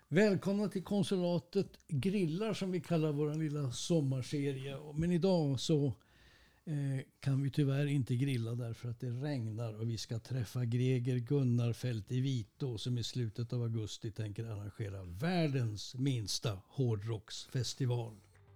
Välkomna till konsulatet Grillar som vi kallar vår lilla sommarserie. Men idag så kan vi tyvärr inte grilla därför att det regnar och vi ska träffa Greger Gunnarfelt i Vitå som i slutet av augusti tänker arrangera världens minsta hårdrocksfestival.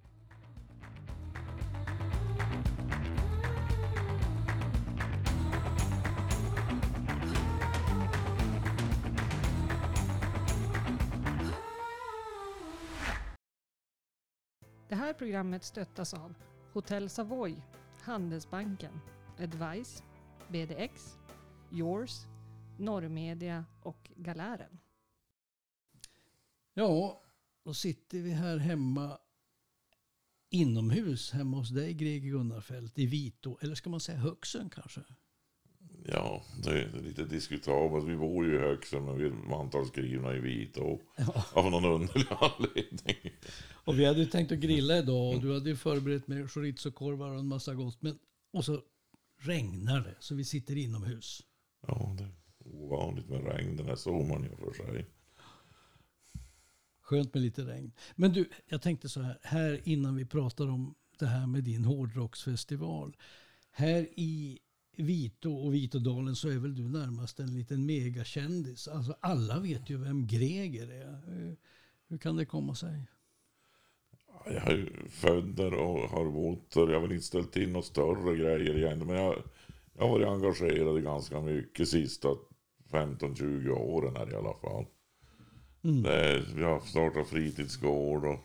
Det här programmet stöttas av Hotel Savoy, Handelsbanken, Advice, BDX, Yours, Norrmedia och Galären. Ja, då sitter vi här hemma inomhus hemma hos dig Greger Gunnarfelt i Vitå. Eller ska man säga Högsön kanske? Ja, det är lite diskutabelt. Vi bor ju i Högsön men vi är mantalsskrivna i Vitå av någon underlig anledning. Och vi hade ju tänkt att grilla idag och du hade ju förberett med chorizo-korvar och en massa gott. Men, och så regnar det så vi sitter inomhus. Ja, det är ovanligt med regn den här sommaren i och för sig. Skönt med lite regn. Men du, jag tänkte så här innan vi pratar om det här med din hårdrocksfestival. Här i Vitå och Vitådalen så är väl du närmast en liten megakändis. Alltså alla vet ju vem Greger är. Hur kan det komma sig? Jag är ju född där och har bott där. Jag har väl inte ställt in några större grejer igen. Men jag har varit engagerad i ganska mycket sista 15-20 åren här i alla fall. Vi har startat fritidsgård och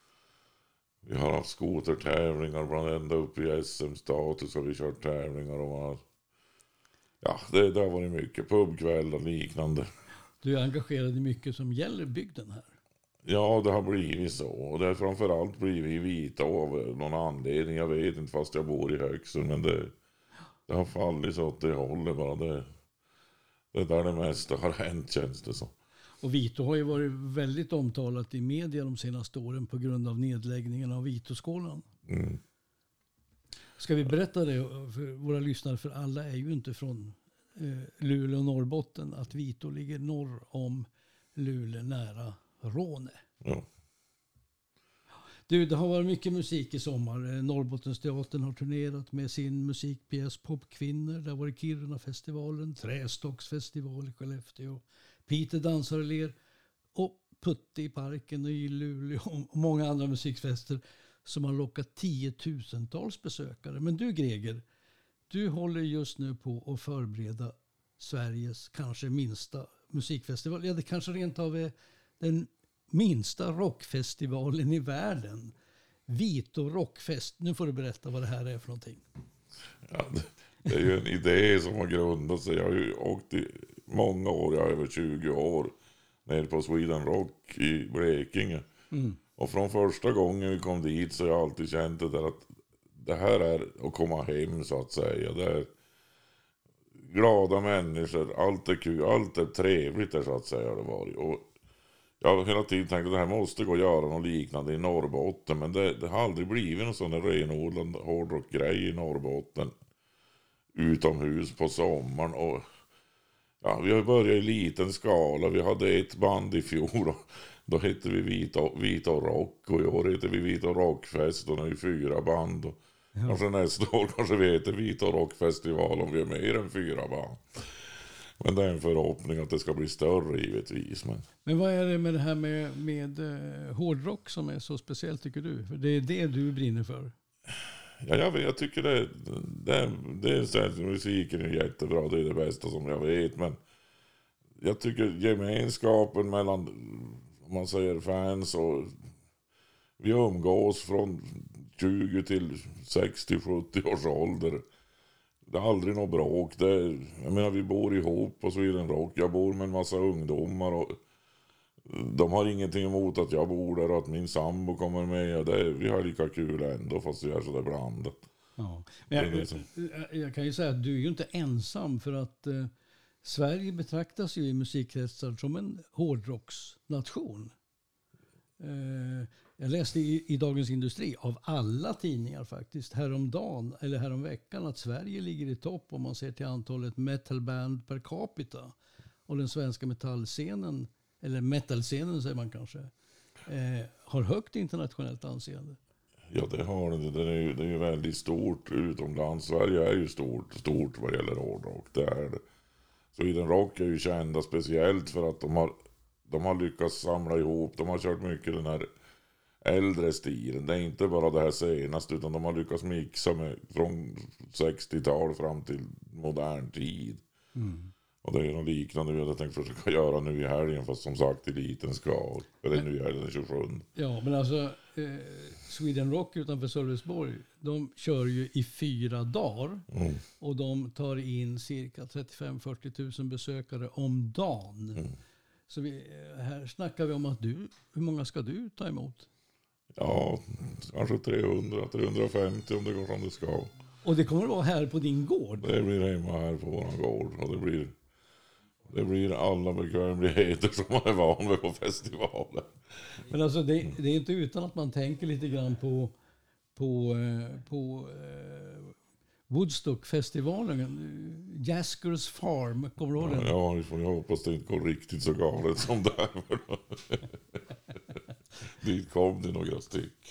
vi har haft skotertävlingar bland ända upp i SM-status har vi kört tävlingar och det har varit mycket pubkväll och liknande. Du är engagerad i mycket som gäller bygden här. Ja, det har blivit så. Och det har framförallt blivit i Vitå av någon anledning. Jag vet inte fast jag bor i Högsön. Men det har fallit så åt det hållet bara. Det är där det mesta har hänt känns det så. Och Vitå har ju varit väldigt omtalat i media de senaste åren på grund av nedläggningen av Vitåskolan. Mm. Ska vi berätta det för våra lyssnare? För alla är ju inte från Luleå och Norrbotten. Att Vitå ligger norr om Luleå nära Råne. Ja. Du, det har varit mycket musik i sommar. Norrbottensteatern har turnerat med sin musikpjäs Popkvinnor. Det har varit Kiruna-festivalen, Trästocksfestival i Skellefteå, Peter dansar och ler och Putte i parken och i Luleå och många andra musikfester som har lockat 10 000-tals besökare. Men du Greger, du håller just nu på att förbereda Sveriges kanske minsta musikfestival. Ja, det kanske rent av är den minsta rockfestivalen i världen. Vitå rockfest. Nu får du berätta vad det här är för någonting. Ja, det är ju en idé som har grundat sig. Jag har ju åkt i många år, jag har över 20 år, ner på Sweden Rock i Blekinge. Och från första gången vi kom dit så har jag alltid känt det där att det här är att komma hem så att säga. Det är glada människor, allt är kul, allt är trevligt där så att säga har det varit. Och jag har hela tiden tänkt att det här måste gå att göra något liknande i Norrbotten. Men det har aldrig blivit någon sån renodlad hårdrockgrej i Norrbotten. Utomhus på sommaren. Och vi har börjat i liten skala. Vi hade ett band i fjol. Och då hette vi Vita Rock. Och i år heter vi Vita Rockfest. Och nu är vi 4 band. Och kanske nästa år kanske vi heter Vita Rockfestival om vi är mer än 4 band. Men det är en förhoppning att det ska bli större givetvis. Men vad är det med det här med hårdrock som är så speciellt tycker du? För det är det du brinner för. Ja, jag tycker det är så här, musiken är jättebra, det är det bästa som jag vet. Men jag tycker gemenskapen mellan, om man säger fans och vi umgås från 20 till 60-70 års ålder. Det är aldrig något bråk. Jag menar vi bor ihop på Sweden Rock. Jag bor med en massa ungdomar och de har ingenting emot att jag bor där och att min sambo kommer med. Vi har lika kul ändå fast vi är så där blandat. Ja. Men jag kan ju säga att du är ju inte ensam för att Sverige betraktas ju i musikkretsar som en hårdrocksnation. Jag läste i Dagens Industri av alla tidningar faktiskt häromveckan att Sverige ligger i topp om man ser till antalet metalband per capita. Och den svenska metallscenen eller metalscenen säger man kanske, har högt internationellt anseende. Ja, det har det. Det är ju väldigt stort utomlands. Sverige är ju stort vad gäller hårdrock. Det är det. Sweden Rock är ju kända speciellt för att de har lyckats samla ihop. De har kört mycket den här äldre stilen. Det är inte bara det här senaste, utan de har lyckats mixa med från 60-tal fram till modern tid. Och det är något liknande vi hade tänkt försöka göra nu i helgen, fast som sagt i liten skala. Eller nu är det den 27. Ja, men alltså Sweden Rock utanför Sölvesborg, de kör ju i 4 dagar. Och de tar in cirka 35-40 000 besökare om dagen. Så här snackar vi om att hur många ska du ta emot? Ja, kanske 300-350 om det går som det ska. Och det kommer att vara här på din gård? Det blir hemma här på våran gård. Och det blir alla bekvämligheter som man är van vid på festivalen. Men alltså det är inte utan att man tänker lite grann på Woodstock-festivalen. Jaskers Farm, kommer du ihåg den? Ja, vi får hoppas det inte går riktigt så galet som där. Dit kom det några styck.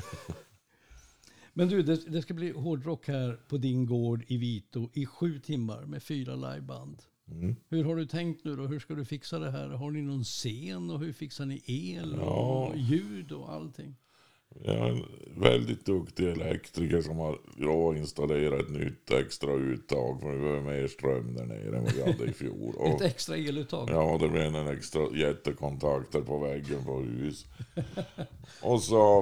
Men du, det ska bli hårdrock här på din gård i Vito i 7 timmar med 4 liveband. Hur har du tänkt nu då? Hur ska du fixa det här? Har ni någon scen och hur fixar ni el och ljud och allting? Jag är en väldigt duktig elektriker som har installerat ett nytt extra uttag, för vi behöver mer ström där nere än vad vi hade i fjol. Ett extra eluttag? Ja, det blir en extra jättekontakter på väggen på hus. Och så har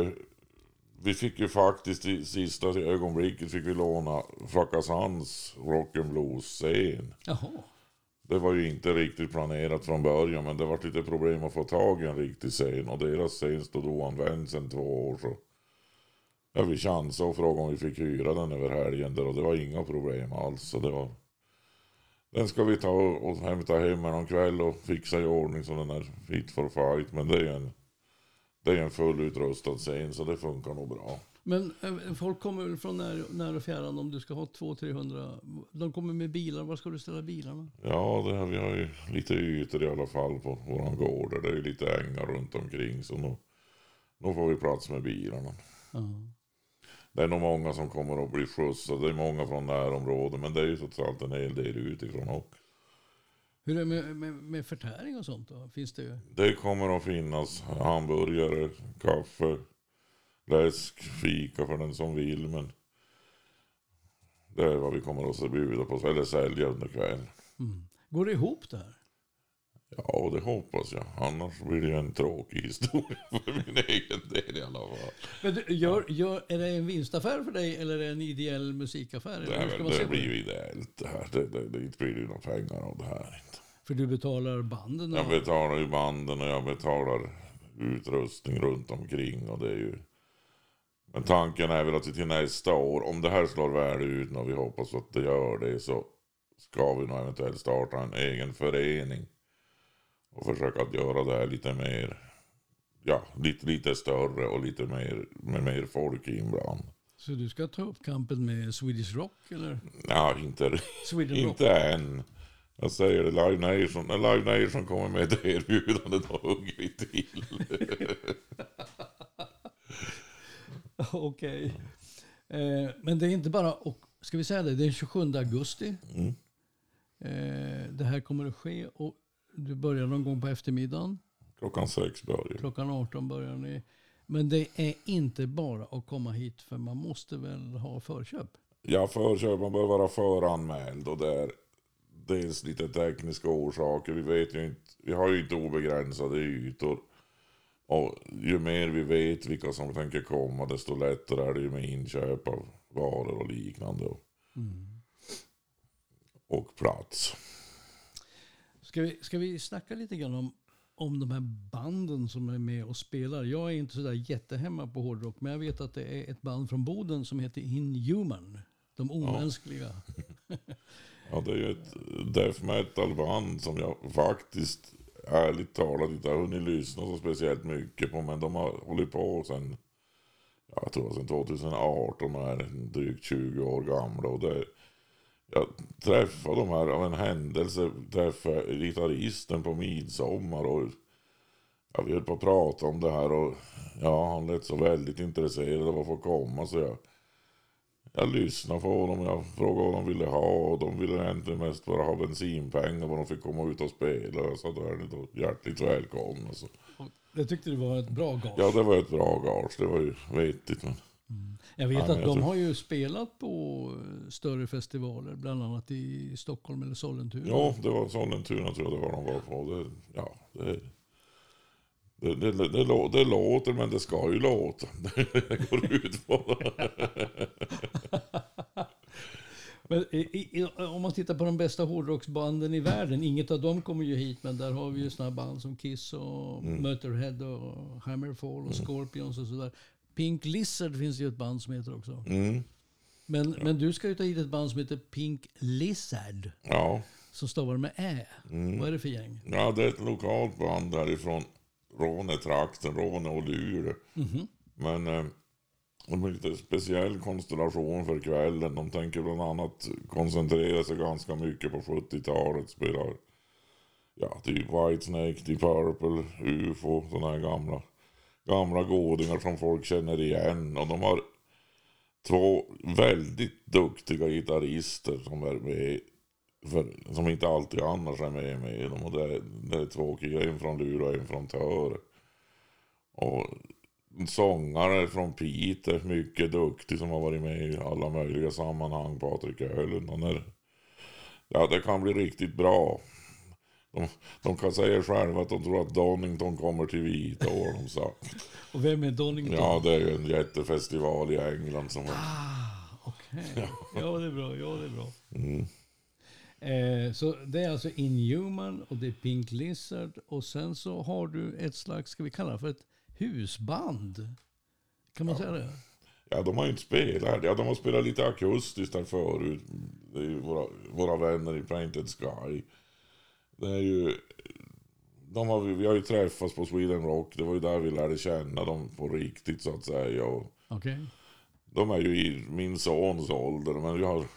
vi fick ju faktiskt i sista ögonblicket fick vi låna Fracasans rock'n'blues-scen. Jaha. Det var ju inte riktigt planerat från början, men det var lite problem att få tag i en riktig scen. Och deras scen stod oanvänd sedan 2 år. Så ja, vi chansade och frågade om vi fick hyra den över helgen där, och det var inga problem alls. Så den ska vi ta och hämta hem någon kväll och fixa i ordning så den är fit for fight. Men det är en fullutrustad scen, så det funkar nog bra. Men folk kommer väl från när och fjärran om du ska ha 200-300. De kommer med bilar. Var ska du ställa bilarna? Ja, vi har ju lite ytor i alla fall på våran gård. Det är ju lite ängar runt omkring, så nu får vi plats med bilarna. Det är nog många som kommer att bli skjutsade. Det är många från närområdet, men det är ju trots allt en hel del utifrån också. Hur är det med förtäring och sånt då? Finns det? Det kommer att finnas hamburgare, kaffe, läsk, fika för den som vill, men det är vad vi kommer att bjuda på, eller sälja under kvällen. Går det ihop där? Ja, det hoppas jag. Annars blir det en tråkig historia för min egen del i alla fall. Men är det en vinstaffär för dig eller är det en ideell musikaffär? Det blir ju ideellt det här. Det blir ju några pengar av det här inte. För du betalar banden? Jag betalar ju banden och jag betalar utrustning runt omkring, och det är ju... Men tanken är väl att till nästa år, om det här slår väl ut och vi hoppas att det gör det, så ska vi nog eventuellt starta en egen förening och försöka att göra det här lite mer, ja, lite större och lite mer med mer folk inbland. Så du ska ta upp kampen med Swedish Rock eller? Ja, inte än. Jag säger det, Live Nation kommer med ett erbjudande, då hugger vi till. Okej. Men det är inte bara, och ska vi säga det är 27 augusti. Det här kommer att ske och du börjar någon gång på eftermiddagen. Klockan 6 börjar. Klockan 18 börjar ni. Men det är inte bara att komma hit, för man måste väl ha förköp? Ja, förköp, man bör vara föranmäld, och det är dels lite tekniska orsaker. Vi har ju inte obegränsade ytor. Och ju mer vi vet vilka som tänker komma, desto lättare är det ju med inköp av varor och liknande. Och plats. Ska vi snacka lite grann om de här banden som är med och spelar? Jag är inte sådär jättehemma på hårdrock, men jag vet att det är ett band från Boden som heter Inhuman. De omänskliga. Ja, det är ju ett death metal band som jag faktiskt ärligt talat inte har hunnit lyssna så speciellt mycket på, men de har hållit på sedan 2018 och är drygt 20 år gamla, och jag träffade de här av en händelse, träffade gitarristen på midsommar och jag vill på prata om det här och ja, han lät så väldigt intresserad av att få komma så jag lyssnade på dem och jag frågade vad de ville ha och de ville egentligen mest bara ha bensinpengar och de fick komma ut och spela. Jag sa då är ni då hjärtligt välkomna. Så. Jag tyckte det var ett bra gage. Ja, det var ett bra gage. Det var ju vettigt. Men... Jag vet att de har ju spelat på större festivaler, bland annat i Stockholm eller Sollentuna. Ja, det var Sollentuna tror jag det var de var på. Det låter, men det ska ju låta. Det går ut på det. Men om man tittar på de bästa hårdrocksbanden i världen, inget av dem kommer ju hit, men där har vi ju såna band som Kiss och Motorhead och Hammerfall och Scorpions och sådär. Pink Lizard finns ju ett band som heter också. Men du ska ju ta hit ett band som heter Pink Lizard. Ja. Som stavar med Ä. Vad är det för gäng? Ja, det är ett lokalt band därifrån Råne-trakten, Råne och Luleå. Men de är lite speciell konstellation för kvällen. De tänker bland annat koncentrera sig ganska mycket på 70-talet. Spelar typ Whitesnake, typ Purple, UFO, sådana här gamla godingar som folk känner igen. Och de har 2 väldigt duktiga gitarrister som är med, som inte alltid annars är med dem. Och det är 2 killar, en från Luleå och en från Töre. Och sångare från Piteå, mycket duktig som har varit med i alla möjliga sammanhang, Patrik Öhlund. Det kan bli riktigt bra. De kan säga själva att de tror att Donington kommer till Vita år, de sagt. Och vem är Donington? Ja, det är ju en jättefestival i England som okej. Ja, det är bra. Så det är alltså Inhuman och det är Pink Lizard och sen så har du ett slags, ska vi kalla det för ett husband? Kan man säga det? Ja, de har ju inte spelat. Ja, de har spelat lite akustiskt där förut. Det är ju våra vänner i Painted Sky. Det är ju... Vi har ju träffats på Sweden Rock. Det var ju där vi lärde känna dem på riktigt så att säga. Okej. De är ju i min sons ålder. Men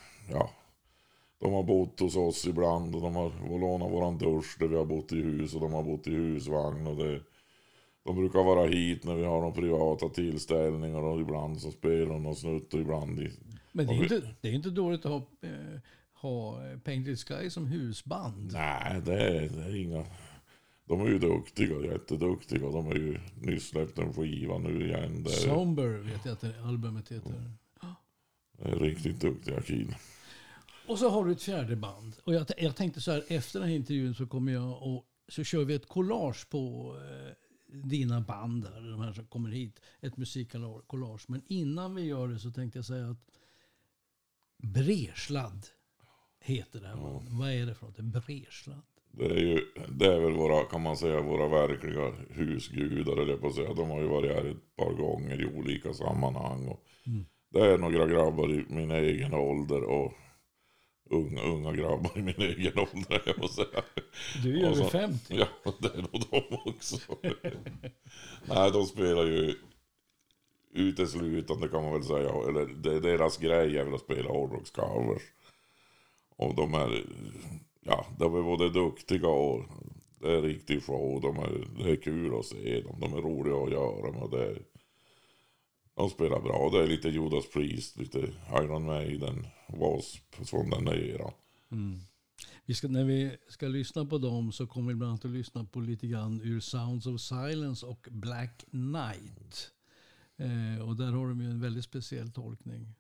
de har bott hos oss ibland. Och de har lånat våran dusch där vi har bott i hus. Och de har bott i husvagn. Och de brukar vara hit när vi har de privata tillställningar. Och ibland så spelar de och snutt och ibland Men det är inte dåligt att ha Painted Sky som husband. Nej, det är inga... De är ju duktiga, jätteduktiga. De har ju nyss släppt en skiva nu igen. Somber vet jag att det albumet heter. Det är riktigt duktiga killar. Och så har du ett fjärde band. Och jag tänkte så här, efter den här intervjun så kommer jag och så kör vi ett collage på dina band där, de här som kommer hit. Ett musikcollage. Men innan vi gör det så tänkte jag säga att Bresladd heter det här. Vad är det för något? En Bresladd? Det är väl våra verkliga husgudar, eller på att säga. De har ju varit här ett par gånger i olika sammanhang. Och det är några grabbar i min egen ålder och unga grabbar i min egen ålder, jag måste säga. Du är över 50. Ja, det är nog de också. Nej, de spelar ju uteslutande kan man väl säga. Eller deras grej är väl att spela hårdrockscovers. Och de är både duktiga och det är riktigt show. Det är kul att se dem. De är roliga att göra med. De spelar bra. Det är lite Judas Priest, lite Iron Maiden, Wasp från den där eran. När vi ska lyssna på dem så kommer vi bland annat att lyssna på lite grann ur Sounds of Silence och Black Knight. Och där har de ju en väldigt speciell tolkning.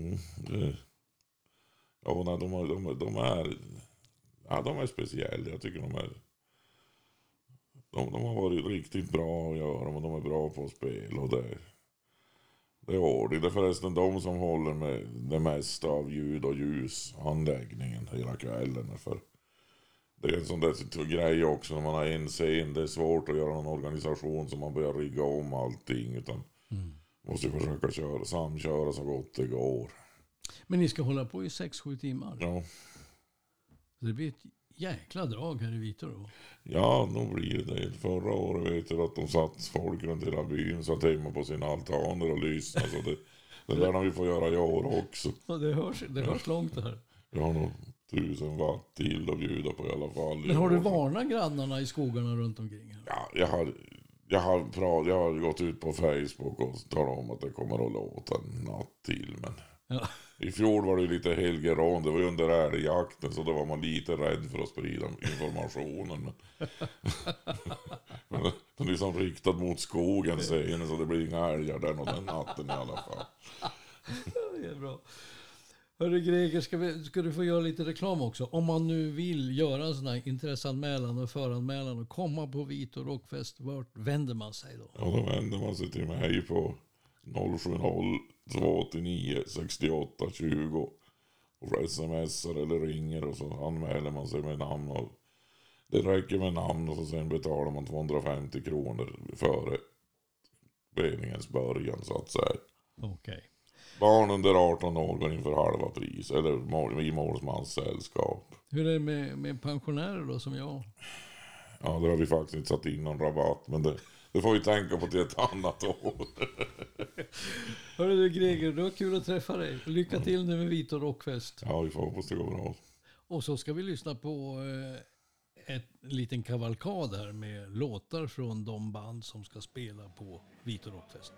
De är speciella. Jag tycker de har varit riktigt bra att göra, men de är bra på att spela och det är ordning. Det är förresten de som håller med det mesta av ljud och ljusanläggningen hela kvällen. För det är en sån där grej också när man har en scen. Det är svårt att göra en organisation som man börjar rigga om allting, utan måste försöka samköra så gott det går. Men ni ska hålla på i 6-7 timmar? Ja. Det blir ett jäkla drag här i Vita då? Ja, nog blir det. Förra året vet jag att de satt folk runt hela byn, satt hemma på sina altaner och lyssnade. Så det där har vi får göra i år också. Ja, det hörs långt det här. Jag har nog 1000 watt till att bjuda på i alla fall. Men har du varnat grannarna i skogarna runt omkring? Ja, jag har gått ut på Facebook och talat om att det kommer att låta en natt till. Men Ja. i fjol var det lite helgerån. Det var under älgjakten, så då var man lite rädd för att sprida informationen. Men den är liksom riktad mot skogen sen, så det blir inga älgar där den natten i alla fall. Det är bra. Hörru Greger, ska du få göra lite reklam också? Om man nu vill göra en sån här intresseanmälan och föranmälan och komma på Vito Rockfest, vart vänder man sig då? Ja, då vänder man sig till mig på 070-289-68-20 och smsar eller ringer, och så anmäler man sig med namn. Och det räcker med namn, och så sen betalar man 250 kronor före spelningens början, så att säga. Okej. Barn under 18 år går in för halva pris, eller i målsmans sällskap. Hur är det med pensionärer då, som jag? Ja, där har vi faktiskt inte satt in någon rabatt, men det får vi tänka på till ett annat år. Hörru du Greger, det var kul att träffa dig. Lycka till nu med Vito Rockfest. Ja, vi får hoppas det går bra. Och så ska vi lyssna på en liten kavalkad här med låtar från de band som ska spela på Vito Rockfest.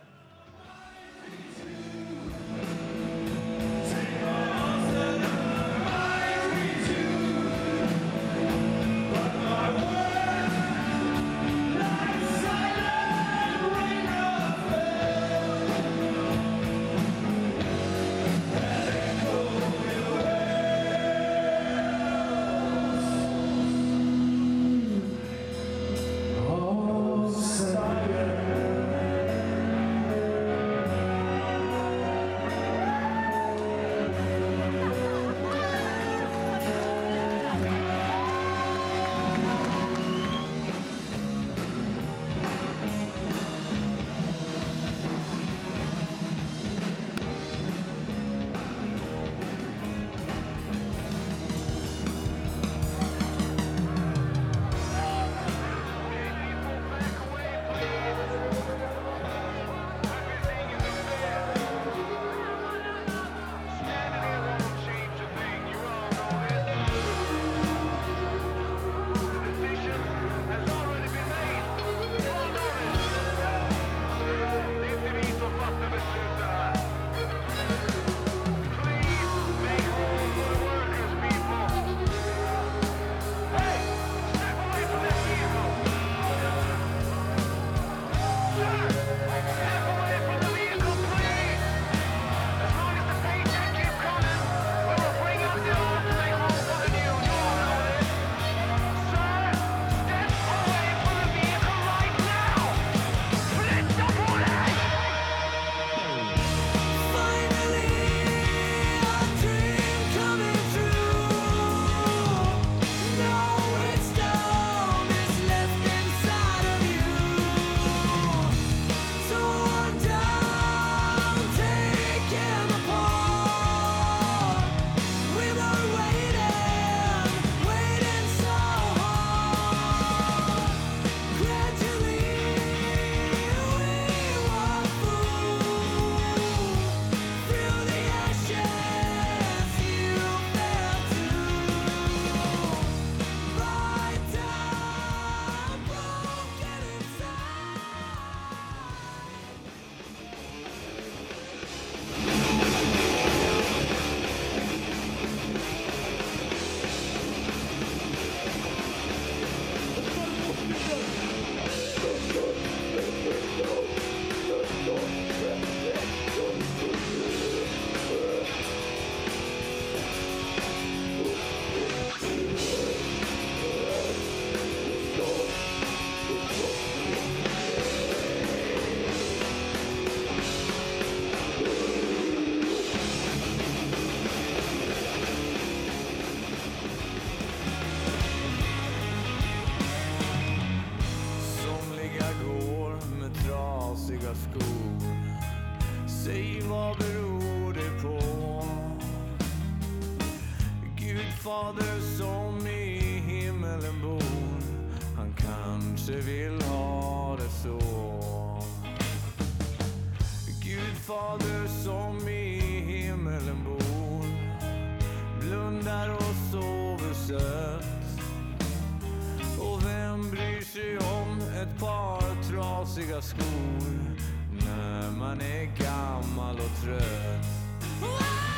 Fader som i himmelen bor, han kanske vill ha det så. Gud fader som i himmelen bor, ett par trasiga skor när man är gammal och trött.